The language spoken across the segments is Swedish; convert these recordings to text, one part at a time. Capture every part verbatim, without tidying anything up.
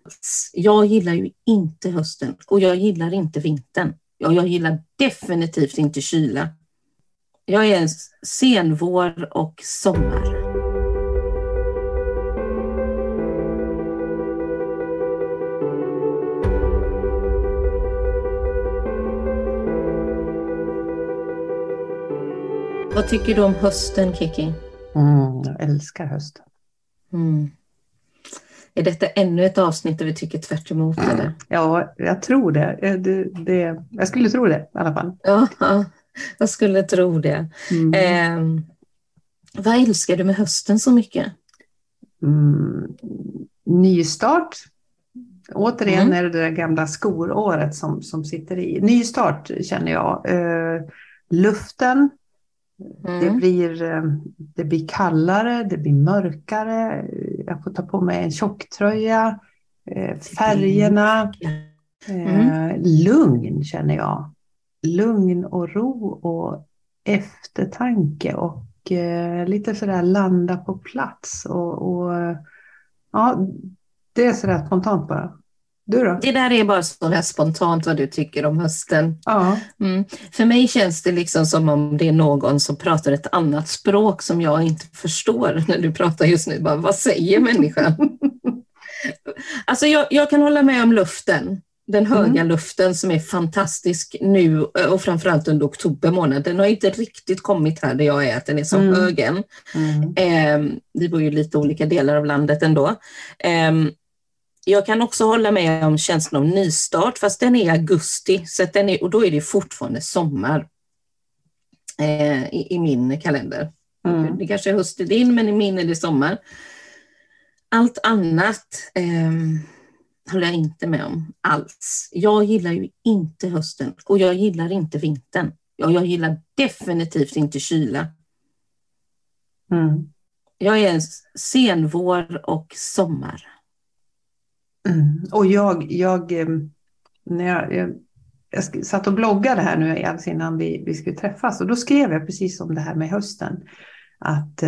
alls. Jag gillar ju inte hösten och jag gillar inte vintern. Och jag gillar definitivt inte kyla. Jag är en senvår och sommar. Vad tycker du om hösten, Kiki? Mm, jag älskar hösten. Mm. Är detta ännu ett avsnitt där vi tycker tvärt emot, eller? Ja, jag tror det. Det, det. Jag skulle tro det i alla fall. Ja, ja, jag skulle tro det. Mm. Eh, vad älskar du med hösten så mycket? Mm. Nystart. Återigen Mm. är det det där gamla skolåret som, som sitter i. Nystart känner jag. Eh, luften. Mm. Det blir, det blir kallare, det blir mörkare. Jag får ta på mig en tjocktröja. Färgerna. Mm. Lugn känner jag. Lugn och ro och eftertanke. Och lite sådär landa på plats. Och, och ja, det är sådär spontant bara. Du då? Det där är bara så där spontant vad du tycker om hösten. Ja. Mm. För mig känns det liksom som om det är någon som pratar ett annat språk som jag inte förstår när du pratar just nu. Bara, vad säger människan? Alltså jag, jag kan hålla med om luften. Den höga mm. luften som är fantastisk nu och framförallt under oktober månad. Den har inte riktigt kommit här där jag är, att den är så mm. hög än. Mm. Eh, vi bor ju lite olika delar av landet ändå. Eh, Jag kan också hålla med om känslan av nystart, fast den är i augusti, så att den är, och då är det fortfarande sommar eh, i, i min kalender. Mm. Det kanske är höst i din, men i min är det sommar. Allt annat eh, håller jag inte med om alls. Jag gillar ju inte hösten och jag gillar inte vintern. Och jag gillar definitivt inte kyla. Mm. Jag är en senvår och sommar. Mm. Och jag, jag, när jag, jag, jag satt och bloggade här nu alldeles innan vi, vi skulle träffas, och då skrev jag precis om det här med hösten. Att,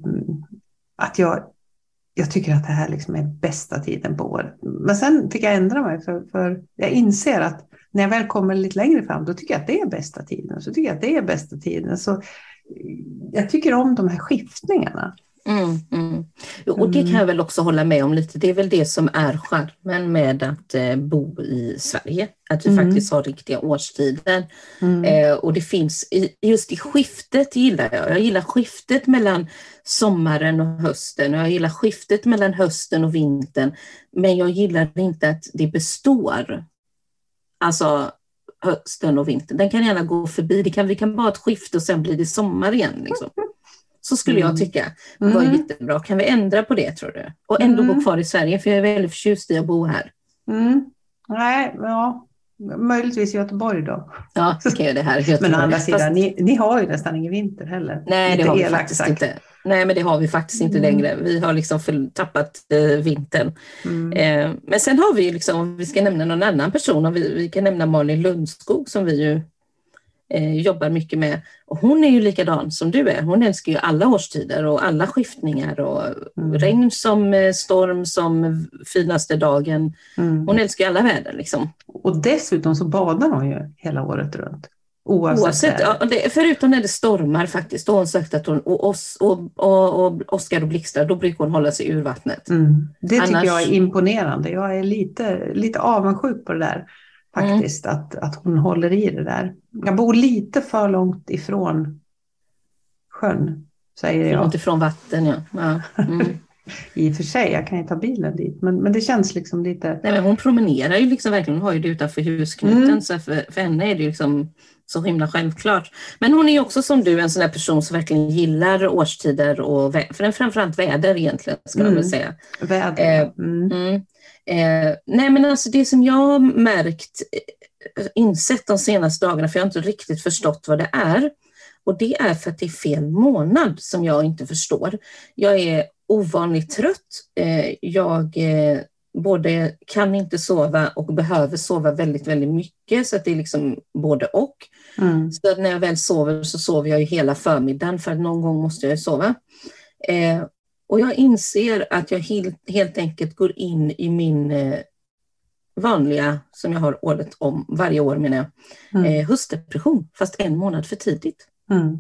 att jag, jag tycker att det här liksom är bästa tiden på året. Men sen fick jag ändra mig, för, för jag inser att när jag väl kommer lite längre fram, då tycker jag att det är bästa tiden. Så tycker jag att det är bästa tiden. Så jag tycker om de här skiftningarna. Mm, mm. Och det kan jag väl också hålla med om lite. Det är väl det som är charmen med att eh, bo i Sverige. Att vi mm. faktiskt har riktiga årstider. Mm. Eh, och det finns, i, just i skiftet gillar jag. Jag gillar skiftet mellan sommaren och hösten. Och jag gillar skiftet mellan hösten och vintern. Men jag gillar inte att det består. Alltså hösten och vintern. Den kan gärna gå förbi. Det kan, vi kan bara ha ett skifte och sen blir det sommar igen liksom. Så skulle mm. jag tycka var mm. jättebra. Kan vi ändra på det, tror du? Och ändå mm. bo kvar i Sverige, för jag är väldigt förtjust i att bo här. Mm. Nej, ja. Möjligtvis Göteborg då. Ja, det kan jag det här. Göteborg. Men å andra sidan, Fast... ni, ni har ju nästan ingen vinter heller. Nej, det har vi faktiskt sagt. inte. Nej, men det har vi faktiskt inte mm. längre. Vi har liksom för, tappat eh, vintern. Mm. Eh, men sen har vi ju liksom, om vi ska nämna någon annan person, och vi, vi kan nämna Malin Lundskog som vi ju Eh, jobbar mycket med, och hon är ju likadan som du är. Hon älskar ju alla årstider och alla skiftningar och mm. regn som eh, storm som finaste dagen. Mm. Hon älskar ju alla väder liksom. Och dessutom så badar hon ju hela året runt. Oavsett, Oavsett ja, det, förutom när det stormar faktiskt. Då har hon sagt att hon, och, oss, och, och, och Oskar och Blixtar, då brukar hon hålla sig ur vattnet. Mm. Det tycker Annars... jag är imponerande. Jag är lite, lite avundsjuk på det där. Faktiskt, mm. att, att hon håller i det där. Jag bor lite för långt ifrån sjön, säger jag. Långt ifrån vatten, ja. ja. Mm. I och för sig, jag kan ju ta bilen dit. Men, men det känns liksom lite... Nej, men hon promenerar ju liksom verkligen. Hon har ju det utanför husknuten. Mm. Så för, för henne är det ju liksom så himla självklart. Men hon är ju också som du en sån där person som verkligen gillar årstider och vä- för framförallt väder egentligen, ska mm. man väl säga. Väder, eh, mm. Mm. Eh, nej men alltså det som jag har märkt, insett de senaste dagarna, för jag har inte riktigt förstått vad det är, och det är för att det är fel månad som jag inte förstår. Jag är ovanligt trött, eh, jag eh, både kan inte sova och behöver sova väldigt väldigt mycket, så att det är liksom både och. Mm. Så att när jag väl sover så sover jag ju hela förmiddagen, för att någon gång måste jag sova. Eh, Och jag inser att jag helt, helt enkelt går in i min eh, vanliga som jag har året om, varje år menar jag, mm. eh, höstdepression, fast en månad för tidigt. Mm.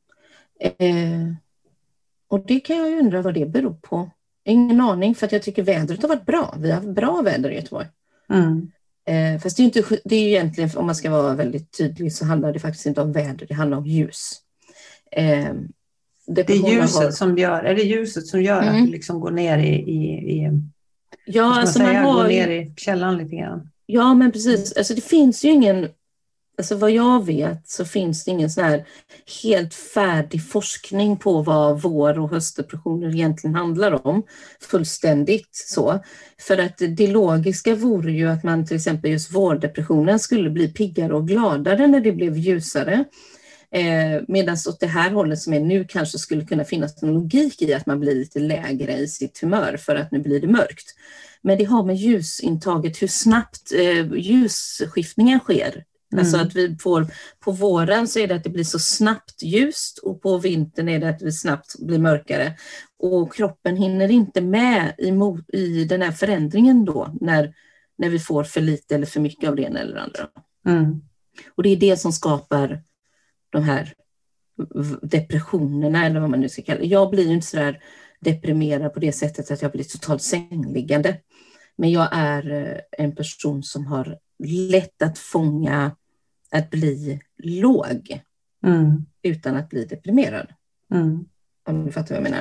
Eh, och det kan jag undra vad det beror på. Ingen aning, för att jag tycker vädret har varit bra. Vi har haft bra väder i Göteborg. Mm. Eh, fast det är, inte, det är ju egentligen, om man ska vara väldigt tydlig, så handlar det faktiskt inte om väder, det handlar om ljus. Eh, det är ljuset har... som gör, är det ljuset som gör mm. att det liksom går ner i, i, i ja, man alltså säga, man har går ner i källan lite grann. Ja, men precis. Alltså det finns ju ingen, alltså vad jag vet så finns det ingen sån här helt färdig forskning på vad vår- och höstdepressioner egentligen handlar om. Fullständigt så. För att det logiska vore ju att man till exempel just vårdepressionen skulle bli piggare och gladare när det blev ljusare. Eh, medan åt det här hållet som är nu kanske skulle kunna finnas en logik i att man blir lite lägre i sitt humör för att nu blir det mörkt. Men det har med ljusintaget, hur snabbt eh, ljusskiftningen sker. Mm. Alltså att vi får, på våren så är det att det blir så snabbt ljust och på vintern är det att det snabbt blir mörkare. Och kroppen hinner inte med i, i den här förändringen då när, när vi får för lite eller för mycket av det ena eller andra. Mm. Och det är det som skapar de här depressionerna eller vad man nu ska kalla det. Jag blir ju inte så där deprimerad på det sättet att jag blir totalt sängliggande. Men jag är en person som har lätt att fånga att bli låg mm. utan att bli deprimerad. Mm. Om du fattar vad jag menar.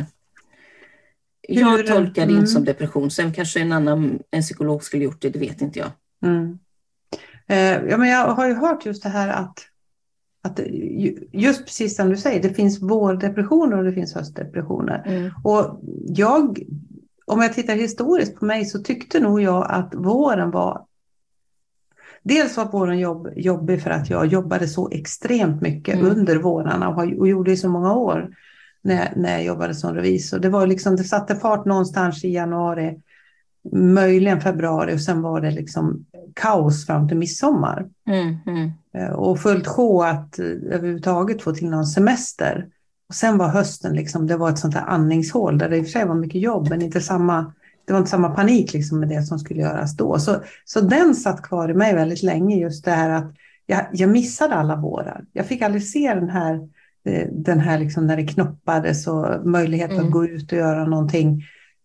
Jag Hur, tolkar det mm. inte som depression. Sen kanske en annan en psykolog skulle gjort det, det vet inte jag. Mm. Eh, ja, men jag har ju hört just det här att Att just precis som du säger, det finns vårdepressioner och det finns höstdepressioner. Mm. Och jag, om jag tittar historiskt på mig så tyckte nog jag att våren var... Dels var våren jobb, jobbig för att jag jobbade så extremt mycket mm. under vårarna och, och gjorde det så många år när, när jag jobbade som revisor. Det var liksom, det satte fart någonstans i januari, möjligen februari och sen var det liksom kaos fram till midsommar. Mm, mm. Och fullt sjå att överhuvudtaget få till någon semester. Och sen var hösten liksom, det var ett sånt här andningshål där det i och för sig var mycket jobb men inte samma, det var inte samma panik liksom med det som skulle göras då. Så, så den satt kvar i mig väldigt länge, just det här att jag, jag missade alla vårar. Jag fick aldrig se den här, den här liksom när det knoppades och möjlighet mm. att gå ut och göra någonting.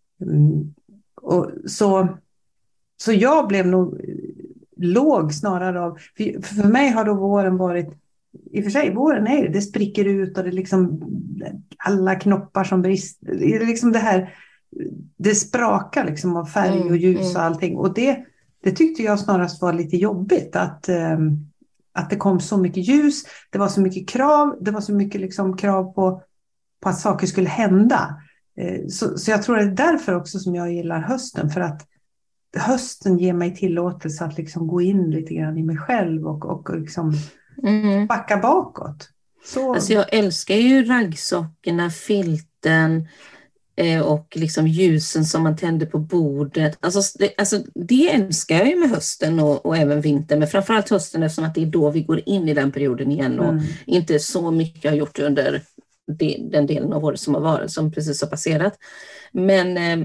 Och så, så jag blev nog låg snarare av, för, för mig har då våren varit, i och för sig våren är det, det spricker ut och det liksom alla knoppar som brister, det är liksom det här, det sprakar liksom av färg och ljus och allting och det, det tyckte jag snarast var lite jobbigt att, um, att det kom så mycket ljus, det var så mycket krav, det var så mycket liksom krav på, på att saker skulle hända. Så, så jag tror det är därför också som jag gillar hösten, för att hösten ger mig tillåtelse att liksom gå in lite grann i mig själv och, och liksom mm. backa bakåt. Så... Alltså jag älskar ju raggsockorna, filten eh, och liksom ljusen som man tänder på bordet. Alltså det, alltså det älskar jag ju med hösten och, och även vintern, men framförallt hösten eftersom att det är då vi går in i den perioden igen och mm. inte så mycket har gjort under det, den delen av året som har varit, som precis har passerat. Men eh,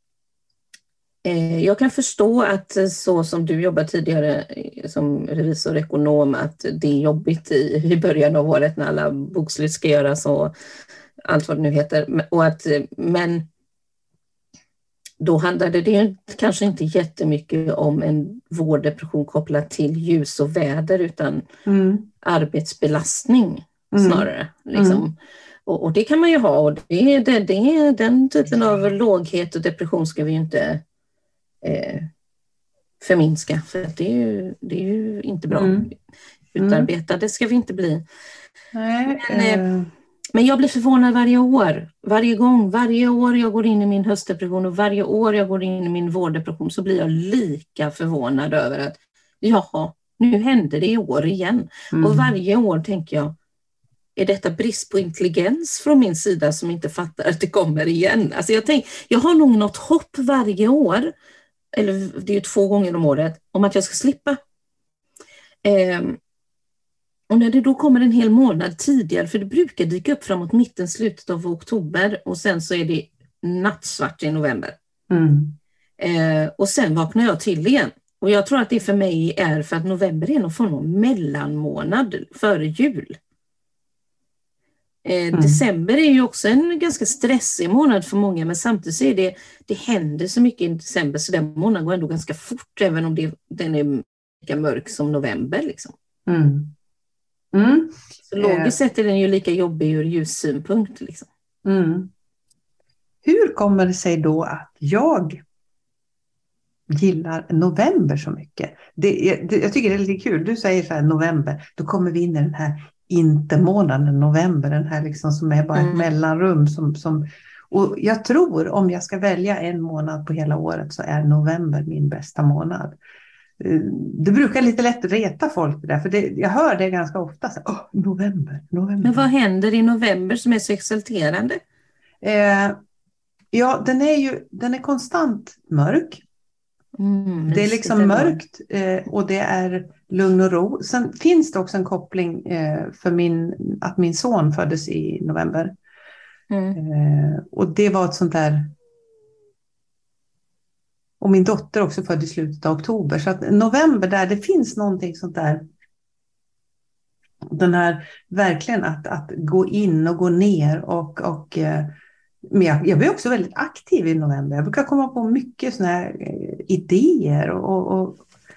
jag kan förstå att så som du jobbar tidigare som revisor och ekonom, att det är jobbigt i, i början av året när alla bokslut ska göras och allt vad det nu heter. Och att, men då handlade det kanske inte jättemycket om en vårdepression kopplad till ljus och väder utan mm. arbetsbelastning mm. snarare. Liksom. Mm. Och, och det kan man ju ha och det, det, det, den typen av låghet och depression ska vi ju inte Eh, förminska, för det är ju, det är ju inte bra. Mm. Utarbetade ska vi inte bli. Nej, men, eh, men jag blir förvånad varje år, varje gång, varje år jag går in i min höstdepression och varje år jag går in i min vårdepression så blir jag lika förvånad över att jaha, nu händer det i år igen. Mm. Och varje år tänker jag, är detta brist på intelligens från min sida som inte fattar att det kommer igen? Alltså jag tänker, jag har nog något hopp varje år, eller det är ju två gånger om året, om att jag ska slippa. Eh, och när det då kommer en hel månad tidigare, för det brukar dyka upp framåt mitten, slutet av oktober och sen så är det nattsvart i november. Mm. Eh, och sen vaknar jag till igen Och jag tror att det för mig är för att november är någon form av mellanmånad före jul. Eh, Mm. December är ju också en ganska stressig månad för många, men samtidigt så är det, det händer så mycket i december så den månaden går ändå ganska fort, även om det, den är lika mörk som november. Liksom. Mm. Mm. Så logiskt sett är den ju lika jobbig ur ljussynpunkt. Liksom. Mm. Hur kommer det sig då att jag gillar november så mycket? Det, det, jag tycker det är lite kul. Du säger så här november, då kommer vi in i den här inte-månaden november, den här liksom som är bara ett mm. mellanrum. Som, som, och jag tror om jag ska välja en månad på hela året så är november min bästa månad. Det brukar lite lätt reta folk det där, för det, jag hör det ganska ofta. Så, oh, november, november. Men vad händer i november som är så exalterande? Eh, ja, den är ju den är konstant mörk. Mm, det är liksom mörkt eh, och det är lugn och ro. Sen finns det också en koppling eh, för min, att min son föddes i november. Mm. Eh, och det var ett sånt där... Och min dotter också född i slutet av oktober. Så att november där, det finns någonting sånt där. Den här, verkligen att, att gå in och gå ner. Och, och, men jag, jag blir också väldigt aktiv i november. Jag brukar komma på mycket såna här idéer. Och, och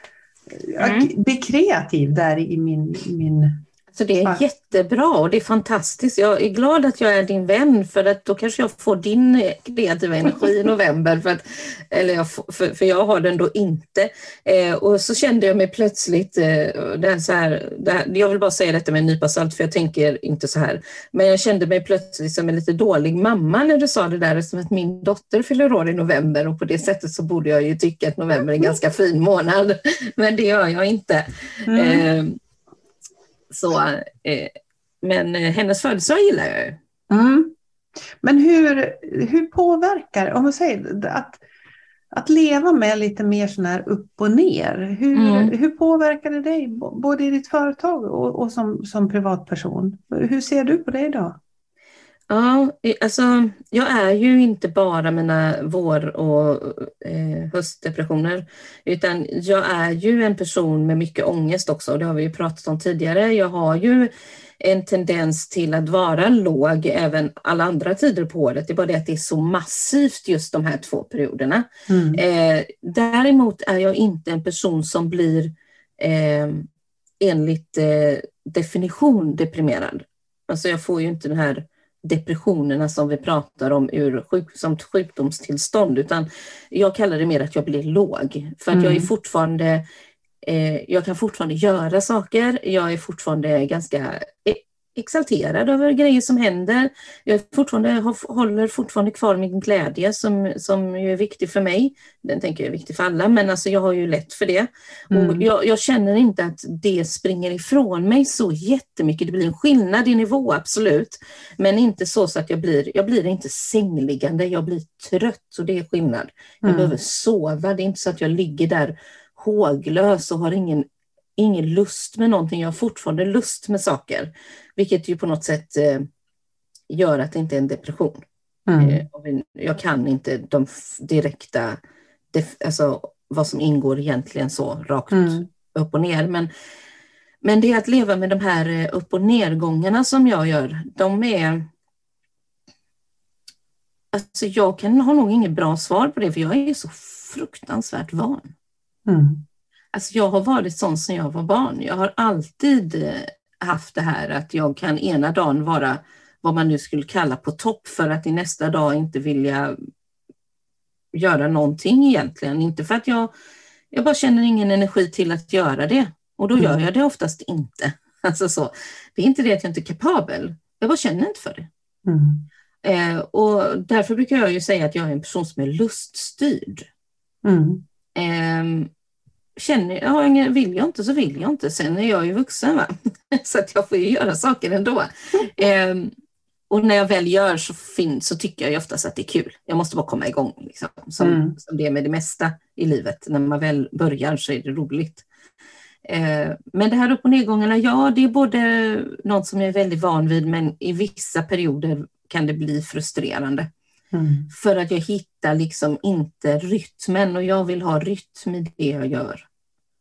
mm. jag blir kreativ där i min... min Så det är jättebra och det är fantastiskt. Jag är glad att jag är din vän, för att då kanske jag får din kreativa energi i november. För, att, eller jag, för, för jag har den då inte. Eh, och så kände jag mig plötsligt, eh, det här så här, det här, jag vill bara säga detta med en nypa salt för jag tänker inte så här. Men jag kände mig plötsligt som en lite dålig mamma när du sa det där, som att min dotter fyller år i november. Och på det sättet så borde jag ju tycka att november är en ganska fin månad. Men det gör jag inte. Mm. Eh, Så, eh, men hennes födelsedag gillar jag ju. Mm. Men hur, hur påverkar, om man säger att, att leva med lite mer sån här upp och ner, hur, mm. hur påverkar det dig både i ditt företag och, och som, som privatperson? Hur ser du på det idag? Ja, alltså jag är ju inte bara mina vår- och eh, höstdepressioner, utan jag är ju en person med mycket ångest också, och det har vi ju pratat om tidigare. Jag har ju en tendens till att vara låg även alla andra tider på året. Det är bara det att det är så massivt just de här två perioderna. Mm. Eh, däremot är jag inte en person som blir eh, enligt eh, definition deprimerad. Alltså jag får ju inte den här depressionerna som vi pratar om ur sjuk, som sjukdomstillstånd, utan jag kallar det mer att jag blir låg, för att mm. jag är fortfarande eh, jag kan fortfarande göra saker, jag är fortfarande ganska exalterad över grejer som händer, jag fortfarande, håller fortfarande kvar min glädje som, som är viktig för mig, den tänker jag är viktig för alla, men alltså jag har ju lätt för det. Mm. Och jag, jag känner inte att det springer ifrån mig så jättemycket, det blir en skillnad i nivå absolut, men inte så, så att jag blir, jag blir inte sängliggande, jag blir trött, och det är skillnad. Jag mm. behöver sova, det är inte så att jag ligger där håglös och har ingen ingen lust med någonting, jag har fortfarande lust med saker, vilket ju på något sätt eh, gör att det inte är en depression. Mm. Eh, jag kan inte de direkta, def, alltså vad som ingår egentligen så rakt mm. upp och ner, men, men det är att leva med de här upp- och nedgångarna som jag gör, de är, alltså jag kan ha nog inget bra svar på det, för jag är så fruktansvärt van. Mm. Alltså jag har varit sån sedan jag var barn. Jag har alltid haft det här att jag kan ena dagen vara vad man nu skulle kalla på topp, för att i nästa dag inte vilja göra någonting egentligen. Inte för att jag, jag bara känner ingen energi till att göra det. Och då mm. gör jag det oftast inte. Alltså så. Det är inte det att jag inte är kapabel. Jag bara känner inte för det. Mm. Eh, och därför brukar jag ju säga att jag är en person som är luststyrd. Mm. Eh, Känner jag, vill jag inte så vill jag inte. Sen är jag ju vuxen, va? Så att jag får ju göra saker ändå. Mm. Eh, och när jag väl gör så, fin- så tycker jag ju oftast att det är kul. Jag måste bara komma igång. Liksom. Som, mm. som det är med det mesta i livet. När man väl börjar så är det roligt. Eh, men det här upp- och nedgångarna, ja, det är både något som jag är väldigt van vid, men i vissa perioder kan det bli frustrerande. Mm. För att jag hittar liksom inte rytmen, och jag vill ha rytm i det jag gör.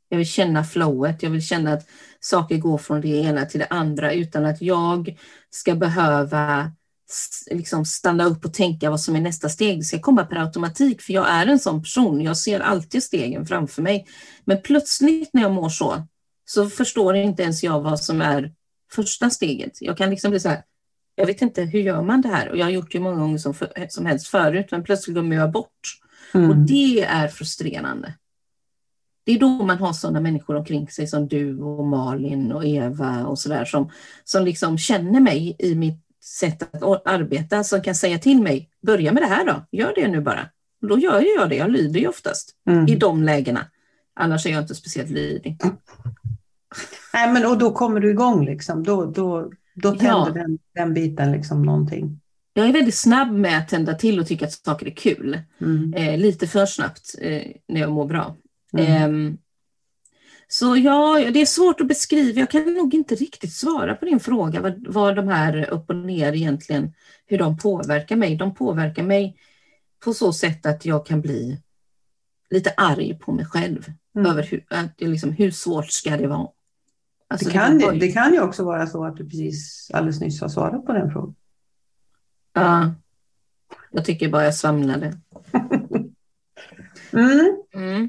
Jag vill känna flowet, jag vill känna att saker går från det ena till det andra utan att jag ska behöva liksom stanna upp och tänka vad som är nästa steg. Det ska komma per automatik, för jag är en sån person. Jag ser alltid stegen framför mig. Men plötsligt när jag mår så, så förstår inte ens jag vad som är första steget. Jag kan liksom bli så här, jag vet inte, hur gör man det här? Och jag har gjort det många gånger som, för, som helst förut, men plötsligt går jag bort. Mm. Och det är frustrerande. Det är då man har sådana människor omkring sig som du och Malin och Eva och sådär som, som liksom känner mig i mitt sätt att arbeta, som kan säga till mig, börja med det här då, gör det nu bara. Och då gör jag det, jag lyder ju oftast mm. i de lägena. Annars är jag inte speciellt lydig. Nej, men och då kommer du igång liksom, då, då, då tänder ja. den, den biten liksom någonting. Jag är väldigt snabb med att tända till och tycka att saker är kul. Mm. Eh, lite för snabbt eh, när jag mår bra. Mm. Eh, så ja, det är svårt att beskriva. Jag kan nog inte riktigt svara på din fråga. Vad, vad de här upp och ner egentligen, hur de påverkar mig. De påverkar mig på så sätt att jag kan bli lite arg på mig själv. Mm. Över hur, att det liksom, hur svårt ska det vara? Alltså, det, kan, det, det kan ju också vara så att du precis alldeles nyss har svarat på den frågan. Ja, jag tycker bara jag svamlade. mm. Mm.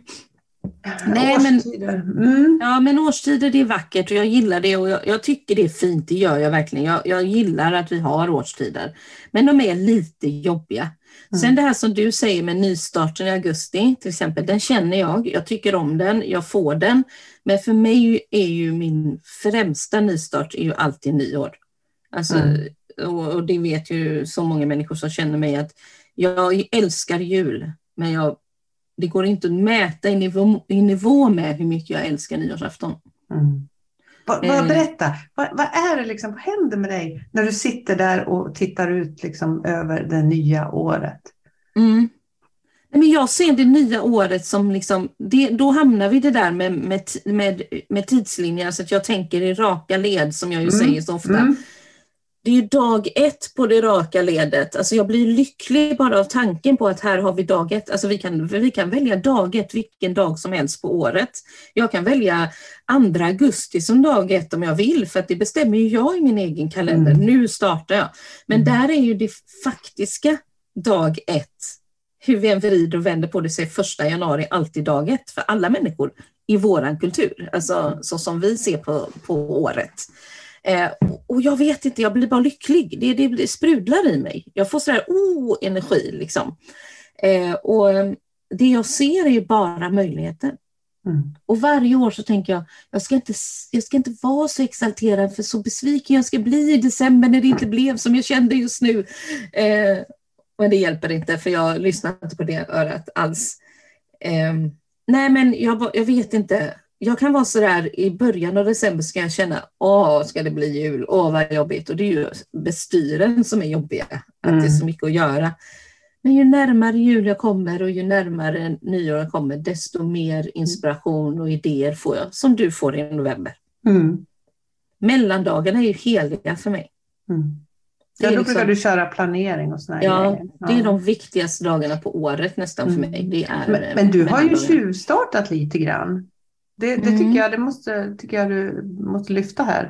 Nej, men, mm. ja, men årstider, det är vackert och jag gillar det och jag, jag tycker det är fint, det gör jag verkligen. Jag, jag gillar att vi har årstider, men de är lite jobbiga. Mm. Sen det här som du säger med nystarten i augusti till exempel, den känner jag, jag tycker om den, jag får den, men för mig är ju min främsta nystart är ju alltid nyår. Alltså, mm. och, och det vet ju så många människor som känner mig att jag älskar jul, men jag det går inte att mäta i nivå, i nivå med hur mycket jag älskar nyårsafton. Mm. Va, va, berätta, vad va är det liksom, vad händer med dig när du sitter där och tittar ut liksom över det nya året? Mm. Men jag ser det nya året som liksom, det, då hamnar vi det där med, med, med, med tidslinjer, så att jag tänker i raka led som jag ju mm. säger så ofta. Mm. Det är ju dag ett på det raka ledet. Alltså jag blir lycklig bara av tanken på att här har vi dag ett. Alltså vi kan, vi kan välja dag ett vilken dag som helst på året. Jag kan välja andra augusti som dag ett om jag vill. För att det bestämmer ju jag i min egen kalender. Mm. Nu startar jag. Men mm. där är ju det faktiska dag ett. Hur vi än vrider och vänder på det, så första januari alltid dag ett. För alla människor i våran kultur. Alltså så som vi ser på, på året. Eh, och jag vet inte, jag blir bara lycklig. Det, det, det sprudlar i mig. Jag får sådär oh, energi liksom. Eh, och det jag ser är ju bara möjligheter. Mm. Och varje år så tänker jag, jag ska, inte, jag ska inte vara så exalterad, för så besviken jag ska bli i december när det inte blev som jag kände just nu. Eh, men det hjälper inte, för jag lyssnar inte på det örat alls. Eh, nej men jag, jag vet inte. Jag kan vara så där i början av december, ska jag känna, åh, ska det bli jul, åh vad jobbigt. Och det är ju bestyren som är jobbiga, att mm. det är så mycket att göra. Men ju närmare jul jag kommer och ju närmare nyår jag kommer, desto mer inspiration och idéer får jag, som du får i november. Mm. Mellandagarna är ju heliga för mig. Mm. Ja, då liksom, brukar du köra planering och såna ja, grejer. Ja, det är de viktigaste dagarna på året nästan för mig. Det är men, men du har ju tjuvstartat lite grann. Det, det mm. tycker jag, det måste, tycker jag du måste lyfta här.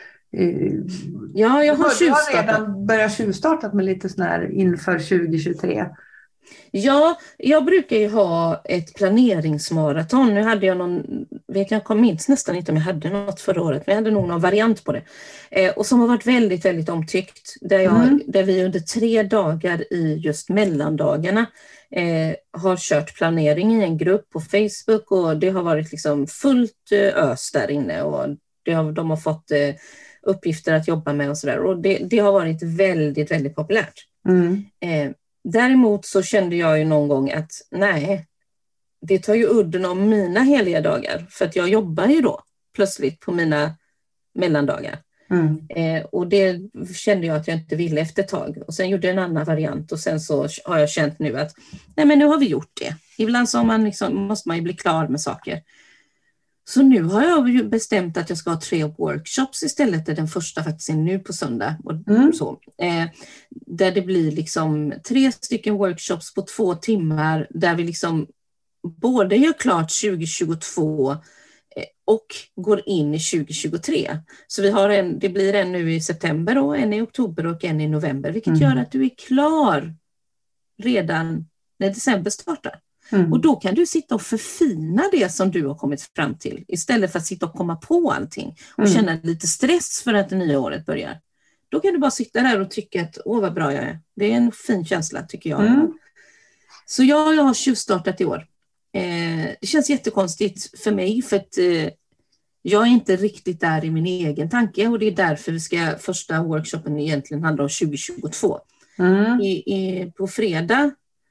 Ja, jag har tjuvstartat. Du har redan börjat tjuvstartat med lite sån här inför tjugo tjugotre. Ja, jag brukar ju ha ett planeringsmaraton. Nu hade jag någon, vet jag, jag minns nästan inte om jag hade något förra året, men jag hade nog någon variant på det. Eh, och som har varit väldigt, väldigt omtyckt. Där, jag, mm. där vi under tre dagar i just mellandagarna eh, har kört planering i en grupp på Facebook, och det har varit liksom fullt eh, ös där inne, och det har, de har fått eh, uppgifter att jobba med och sådär. Och det, det har varit väldigt, väldigt populärt. Mm. Eh, Däremot så kände jag ju någon gång att nej, det tar ju udden om mina heliga dagar. För att jag jobbar ju då plötsligt på mina mellandagar. Mm. Eh, och det kände jag att jag inte ville efter ett tag. Och sen gjorde jag en annan variant. Och sen så har jag känt nu att nej, men nu har vi gjort det. Ibland så man liksom, måste man ju bli klar med saker. Så nu har jag ju bestämt att jag ska ha tre workshops istället. Den första faktiskt är nu på söndag. Och mm. så. Eh, där det blir liksom tre stycken workshops på två timmar. Där vi liksom både gör klart tjugo tjugotvå och går in i tjugo tjugotre. Så vi har en, det blir en nu i september och en i oktober och en i november, vilket mm. gör att du är klar redan när december startar. Mm. Och då kan du sitta och förfina det som du har kommit fram till istället för att sitta och komma på allting och mm. känna lite stress för att det nya året börjar. Då kan du bara sitta där och tycka att åh vad bra jag är. Det är en fin känsla tycker jag. Mm. Så jag, jag har tjuvstartat i år. Eh, det känns jättekonstigt för mig för att eh, jag är inte riktigt där i min egen tanke och det är därför vi ska, första workshopen egentligen handlar om tjugo tjugotvå. Mm. I, i, på fredag,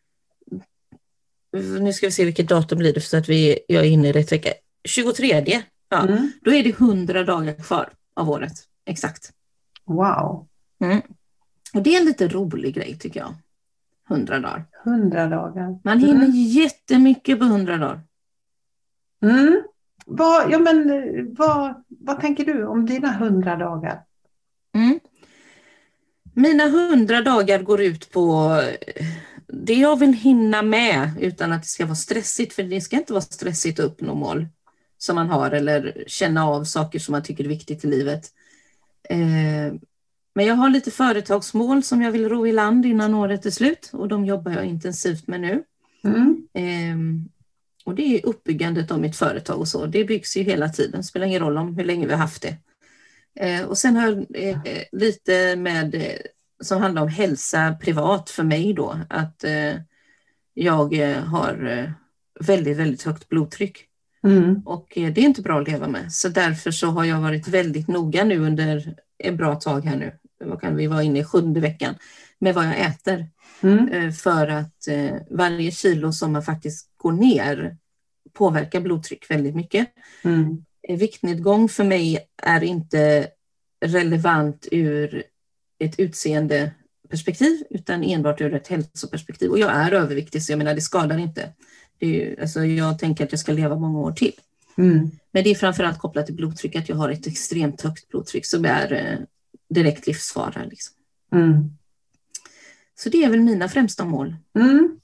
nu ska vi se vilket datum blir det så att vi, jag är inne i rätt vecka. tjugotredje, ja, mm. Då är det hundra dagar kvar av året, exakt. Wow. Mm. Och det är en lite rolig grej tycker jag. hundra dagar. hundra dagar. Man hinner mm. jättemycket på hundra dagar. Mm. Vad, ja, men, vad, vad tänker du om dina hundra dagar? Mm. Mina hundra dagar går ut på det jag vill hinna med utan att det ska vara stressigt. För det ska inte vara stressigt att uppnå mål som man har eller känna av saker som man tycker är viktigt i livet. Eh, men jag har lite företagsmål som jag vill ro i land innan året är slut och de jobbar jag intensivt med nu. Mm. Eh, och det är uppbyggandet av mitt företag och så. Det byggs ju hela tiden, det spelar ingen roll om hur länge vi har haft det. Eh, och sen har jag eh, lite med eh, som handlar om hälsa privat för mig då. Att eh, jag eh, har eh, väldigt, väldigt högt blodtryck. Mm. Och eh, det är inte bra att leva med. Så därför så har jag varit väldigt noga nu under ett bra tag här nu. Vad kan vi vara inne i sjunde veckan med vad jag äter. Mm. Eh, för att eh, varje kilo som man faktiskt går ner påverkar blodtryck väldigt mycket. Mm. Viktnedgång för mig är inte relevant ur ett utseende perspektiv utan enbart ur ett hälsoperspektiv. Och jag är överviktig så jag menar det skadar inte. Det är ju, alltså jag tänker att jag ska leva många år till. Mm. Men det är framförallt kopplat till blodtryck att jag har ett extremt högt blodtryck som är eh, direkt livsfara. Liksom. Mm. Så det är väl mina främsta mål. Mm.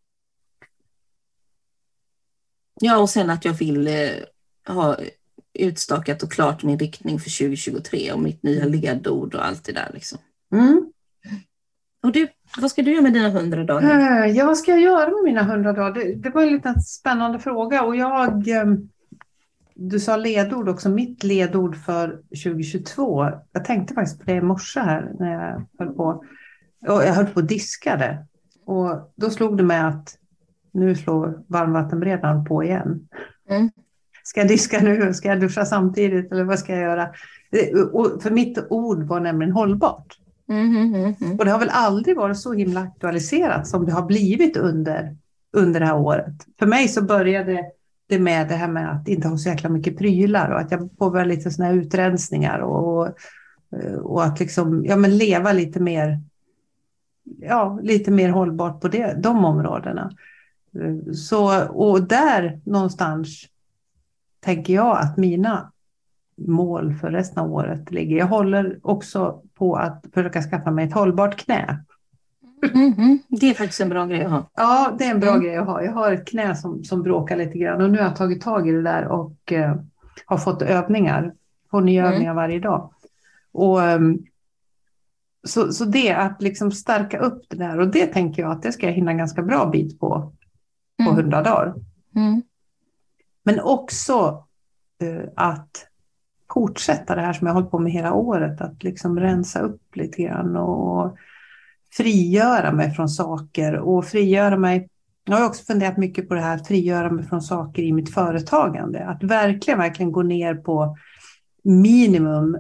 Ja och sen att jag vill eh, ha utstakat och klart min riktning för tjugo tjugotre och mitt nya ledord och allt det där liksom. Mm. Och du, vad ska du göra med dina hundra dagar? Ja, vad ska jag göra med mina hundra dagar? Det, det var en liten spännande fråga och jag, du sa ledord också, mitt ledord för tjugo tjugotvå. Jag tänkte faktiskt på det i morse här när jag höll på, och jag höll på att diska det. Och då slog det mig att nu slår varmvattenberedaren på igen. Mm. Ska jag diska nu? Ska jag duscha samtidigt? Eller vad ska jag göra? Och för mitt ord var nämligen hållbart. Mm, mm, mm. Och det har väl aldrig varit så himla aktualiserat som det har blivit under, under det här året. För mig så började det med det här med att inte ha så jäkla mycket prylar. Och att jag påbörjade lite såna här utrensningar. Och, och att liksom, ja, men leva lite mer, ja, lite mer hållbart på det, de områdena. Så, och där någonstans tänker jag att mina mål för resten av året ligger. Jag håller också på att försöka skaffa mig ett hållbart knä. Mm, mm. Det är faktiskt en bra grej att ha. Ja, det är en bra mm. grej att ha. Jag har ett knä som, som bråkar lite grann och nu har jag tagit tag i det där och eh, har fått övningar. Får nya mm. övningar varje dag. Och um, så, så det att liksom stärka upp det där och det tänker jag att det ska jag hinna en ganska bra bit på på hundra mm. dagar. Mm. Men också uh, att fortsätta det här som jag har hållit på med hela året. Att liksom rensa upp lite grann och frigöra mig från saker. Och frigöra mig, jag har också funderat mycket på det här, att frigöra mig från saker i mitt företagande. Att verkligen, verkligen gå ner på minimum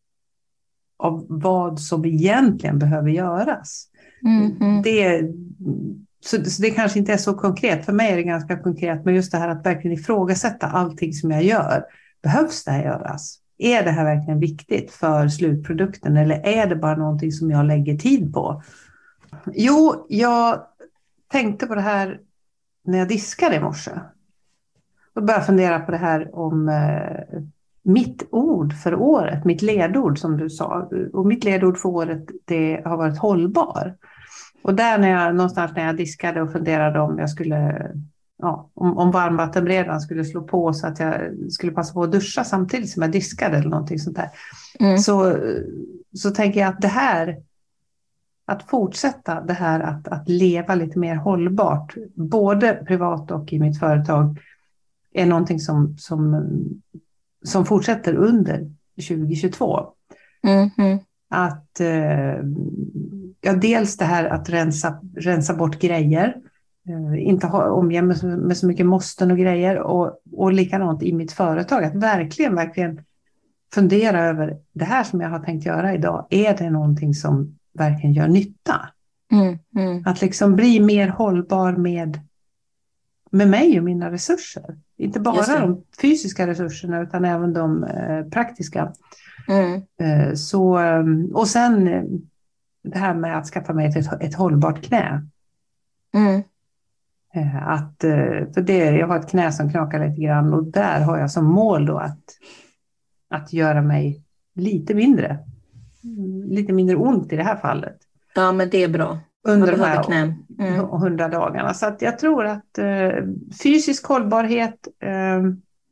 av vad som egentligen behöver göras. Mm. Det, så, så det kanske inte är så konkret. För mig är det ganska konkret. Men just det här att verkligen ifrågasätta allting som jag gör. Behövs det här göras? Är det här verkligen viktigt för slutprodukten? Eller är det bara någonting som jag lägger tid på? Jo, jag tänkte på det här när jag diskade i morse. Och började fundera på det här om eh, mitt ord för året. Mitt ledord som du sa. Och mitt ledord för året, det har varit hållbar. Och där när jag, någonstans när jag diskade och funderade om jag skulle ja, om, om varmvattenberedaren skulle slå på så att jag skulle passa på att duscha samtidigt som jag diskade eller någonting sånt där. Mm. Så, så tänker jag att det här, att fortsätta det här att, att leva lite mer hållbart, både privat och i mitt företag, är någonting som, som, som fortsätter under tjugo tjugotvå. Mm, mm. Att eh, ja, dels det här att rensa, rensa bort grejer, eh, inte ha omge med, med så mycket måsten och grejer, och, och likadant i mitt företag, att verkligen, verkligen fundera över det här som jag har tänkt göra idag, är det någonting som verkligen gör nytta? Mm, mm. Att liksom bli mer hållbar med, med mig och mina resurser. Inte bara de fysiska resurserna utan även de eh, praktiska. Mm. Eh, så, och sen eh, det här med att skaffa mig ett, ett hållbart knä. Mm. Eh, att, eh, för det, jag har ett knä som knakar lite grann, och där har jag som mål då att, att göra mig lite mindre. Lite mindre ont i det här fallet. Ja, men det är bra. Under de här mm. hundra dagarna. Så att jag tror att eh, fysisk hållbarhet, eh,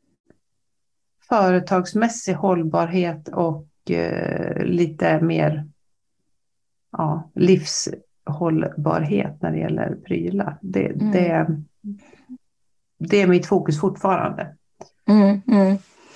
företagsmässig hållbarhet och eh, lite mer ja, livshållbarhet när det gäller prylar. Det, mm. det, det är mitt fokus fortfarande. Mm, mm.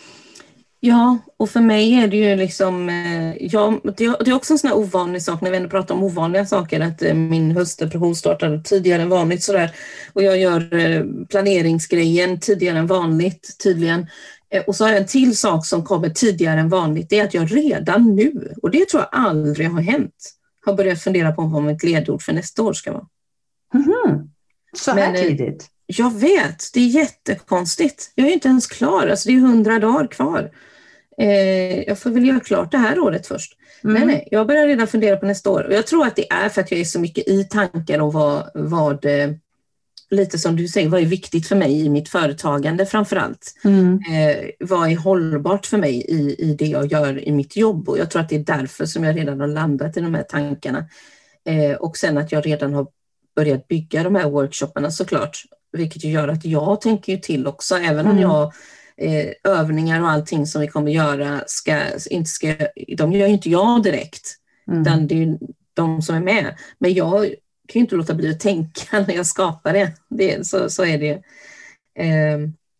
Ja, och för mig är det ju liksom, ja, det är också en sån här ovanlig sak när vi ändå pratar om ovanliga saker, att min höstdepression startade tidigare än vanligt sådär, och jag gör planeringsgrejen tidigare än vanligt tydligen, och så har jag en till sak som kommer tidigare än vanligt, det är att jag redan nu, och det tror jag aldrig har hänt, har börjat fundera på vad mitt ledord för nästa år ska vara. Mm-hmm. Så här Men, tidigt? Jag vet, det är jättekonstigt. Jag är inte ens klar, alltså det är hundra dagar kvar. Eh, jag får väl göra klart det här året först. Mm. Nej, nej, jag börjar redan fundera på nästa år. Och jag tror att det är för att jag är så mycket i tankar om vad, vad eh, lite som du säger, vad är viktigt för mig i mitt företagande framförallt. Mm. Eh, vad är hållbart för mig i, i det jag gör i mitt jobb. Och jag tror att det är därför som jag redan har landat i de här tankarna. Eh, och sen att jag redan har börjat bygga de här workshopparna såklart. Vilket ju gör att jag tänker ju till också, även om mm. jag eh, övningar och allting som vi kommer göra ska, inte ska, de gör ju inte jag direkt, mm. utan det är ju de som är med. Men jag kan ju inte låta bli att tänka när jag skapar det, det så, så är det. Eh,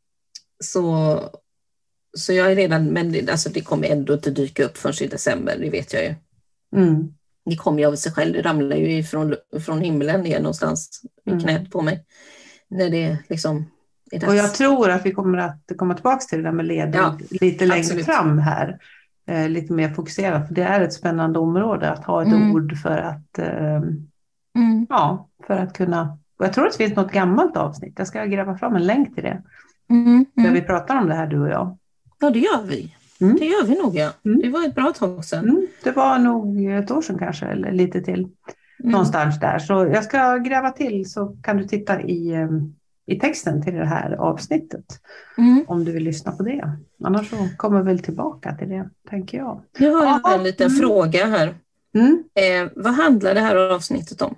så, så jag är redan, men alltså det kommer ändå inte dyka upp förrän i december, det vet jag ju. Mm. Det kommer ju av sig själv, det ramlar ju ifrån, från himlen ner någonstans i mm. knät på mig. När det liksom är dags. Och jag tror att vi kommer att komma tillbaka till det där med ledord ja, lite längre absolut. fram här. Eh, lite mer fokuserat. För det är ett spännande område att ha ett mm. ord för att eh, mm. ja, för att kunna. Och jag tror att det finns något gammalt avsnitt. Jag ska gräva fram en länk till det. Mm. Mm. Där vi pratar om det här, du och jag. Ja, det gör vi. Mm. Det gör vi nog, ja. Mm. Det var ett bra tag sedan. Mm. Det var nog ett år sedan kanske, eller lite till. Mm. Någonstans där. Så jag ska gräva till, så kan du titta i, i texten till det här avsnittet. Mm. Om du vill lyssna på det. Annars så kommer vi väl tillbaka till det, tänker jag. Jag har ja. en liten mm. fråga här. Mm. Eh, vad handlar det här avsnittet om?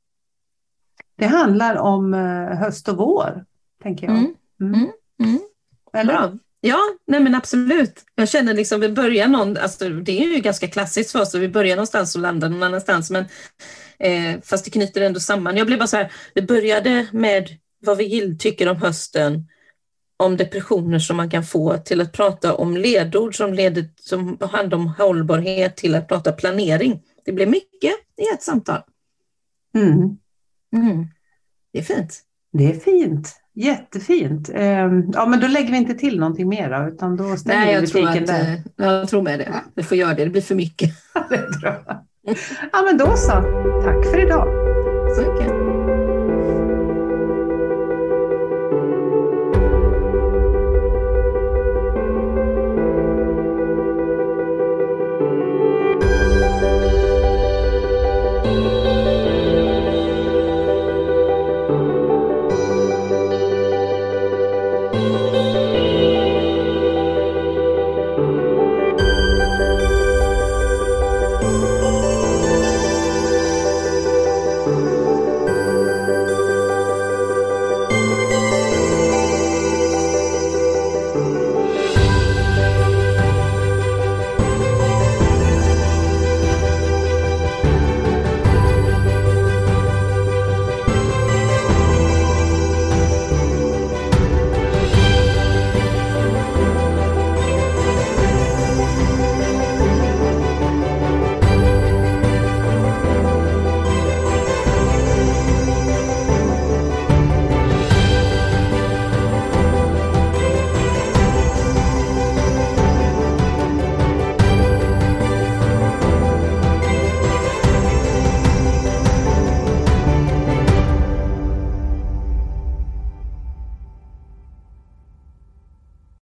Det handlar om höst och vår, tänker jag. Mm. Mm. Mm. Eller? Bra. Ja, nej men absolut. Jag känner liksom vi börjar någon, alltså det är ju ganska klassiskt för oss, så vi börjar någonstans och landar någon annanstans, men eh, fast det knyter ändå samman. Jag blev bara så här, det började med vad vi tycker om hösten, om depressioner som man kan få, till att prata om ledord som leder, som handlar om hållbarhet, till att prata planering. Det blev mycket i ett samtal. Mm. Mm. Det är fint. Det är fint. Jättefint. Ja, men då lägger vi inte till någonting mer, utan då stänger Nej, jag vi butiken tror att, där. Jag tror med det. Vi får göra det. Det blir för mycket. Det är bra. Ja, men då så. Tack för idag. Så mycket.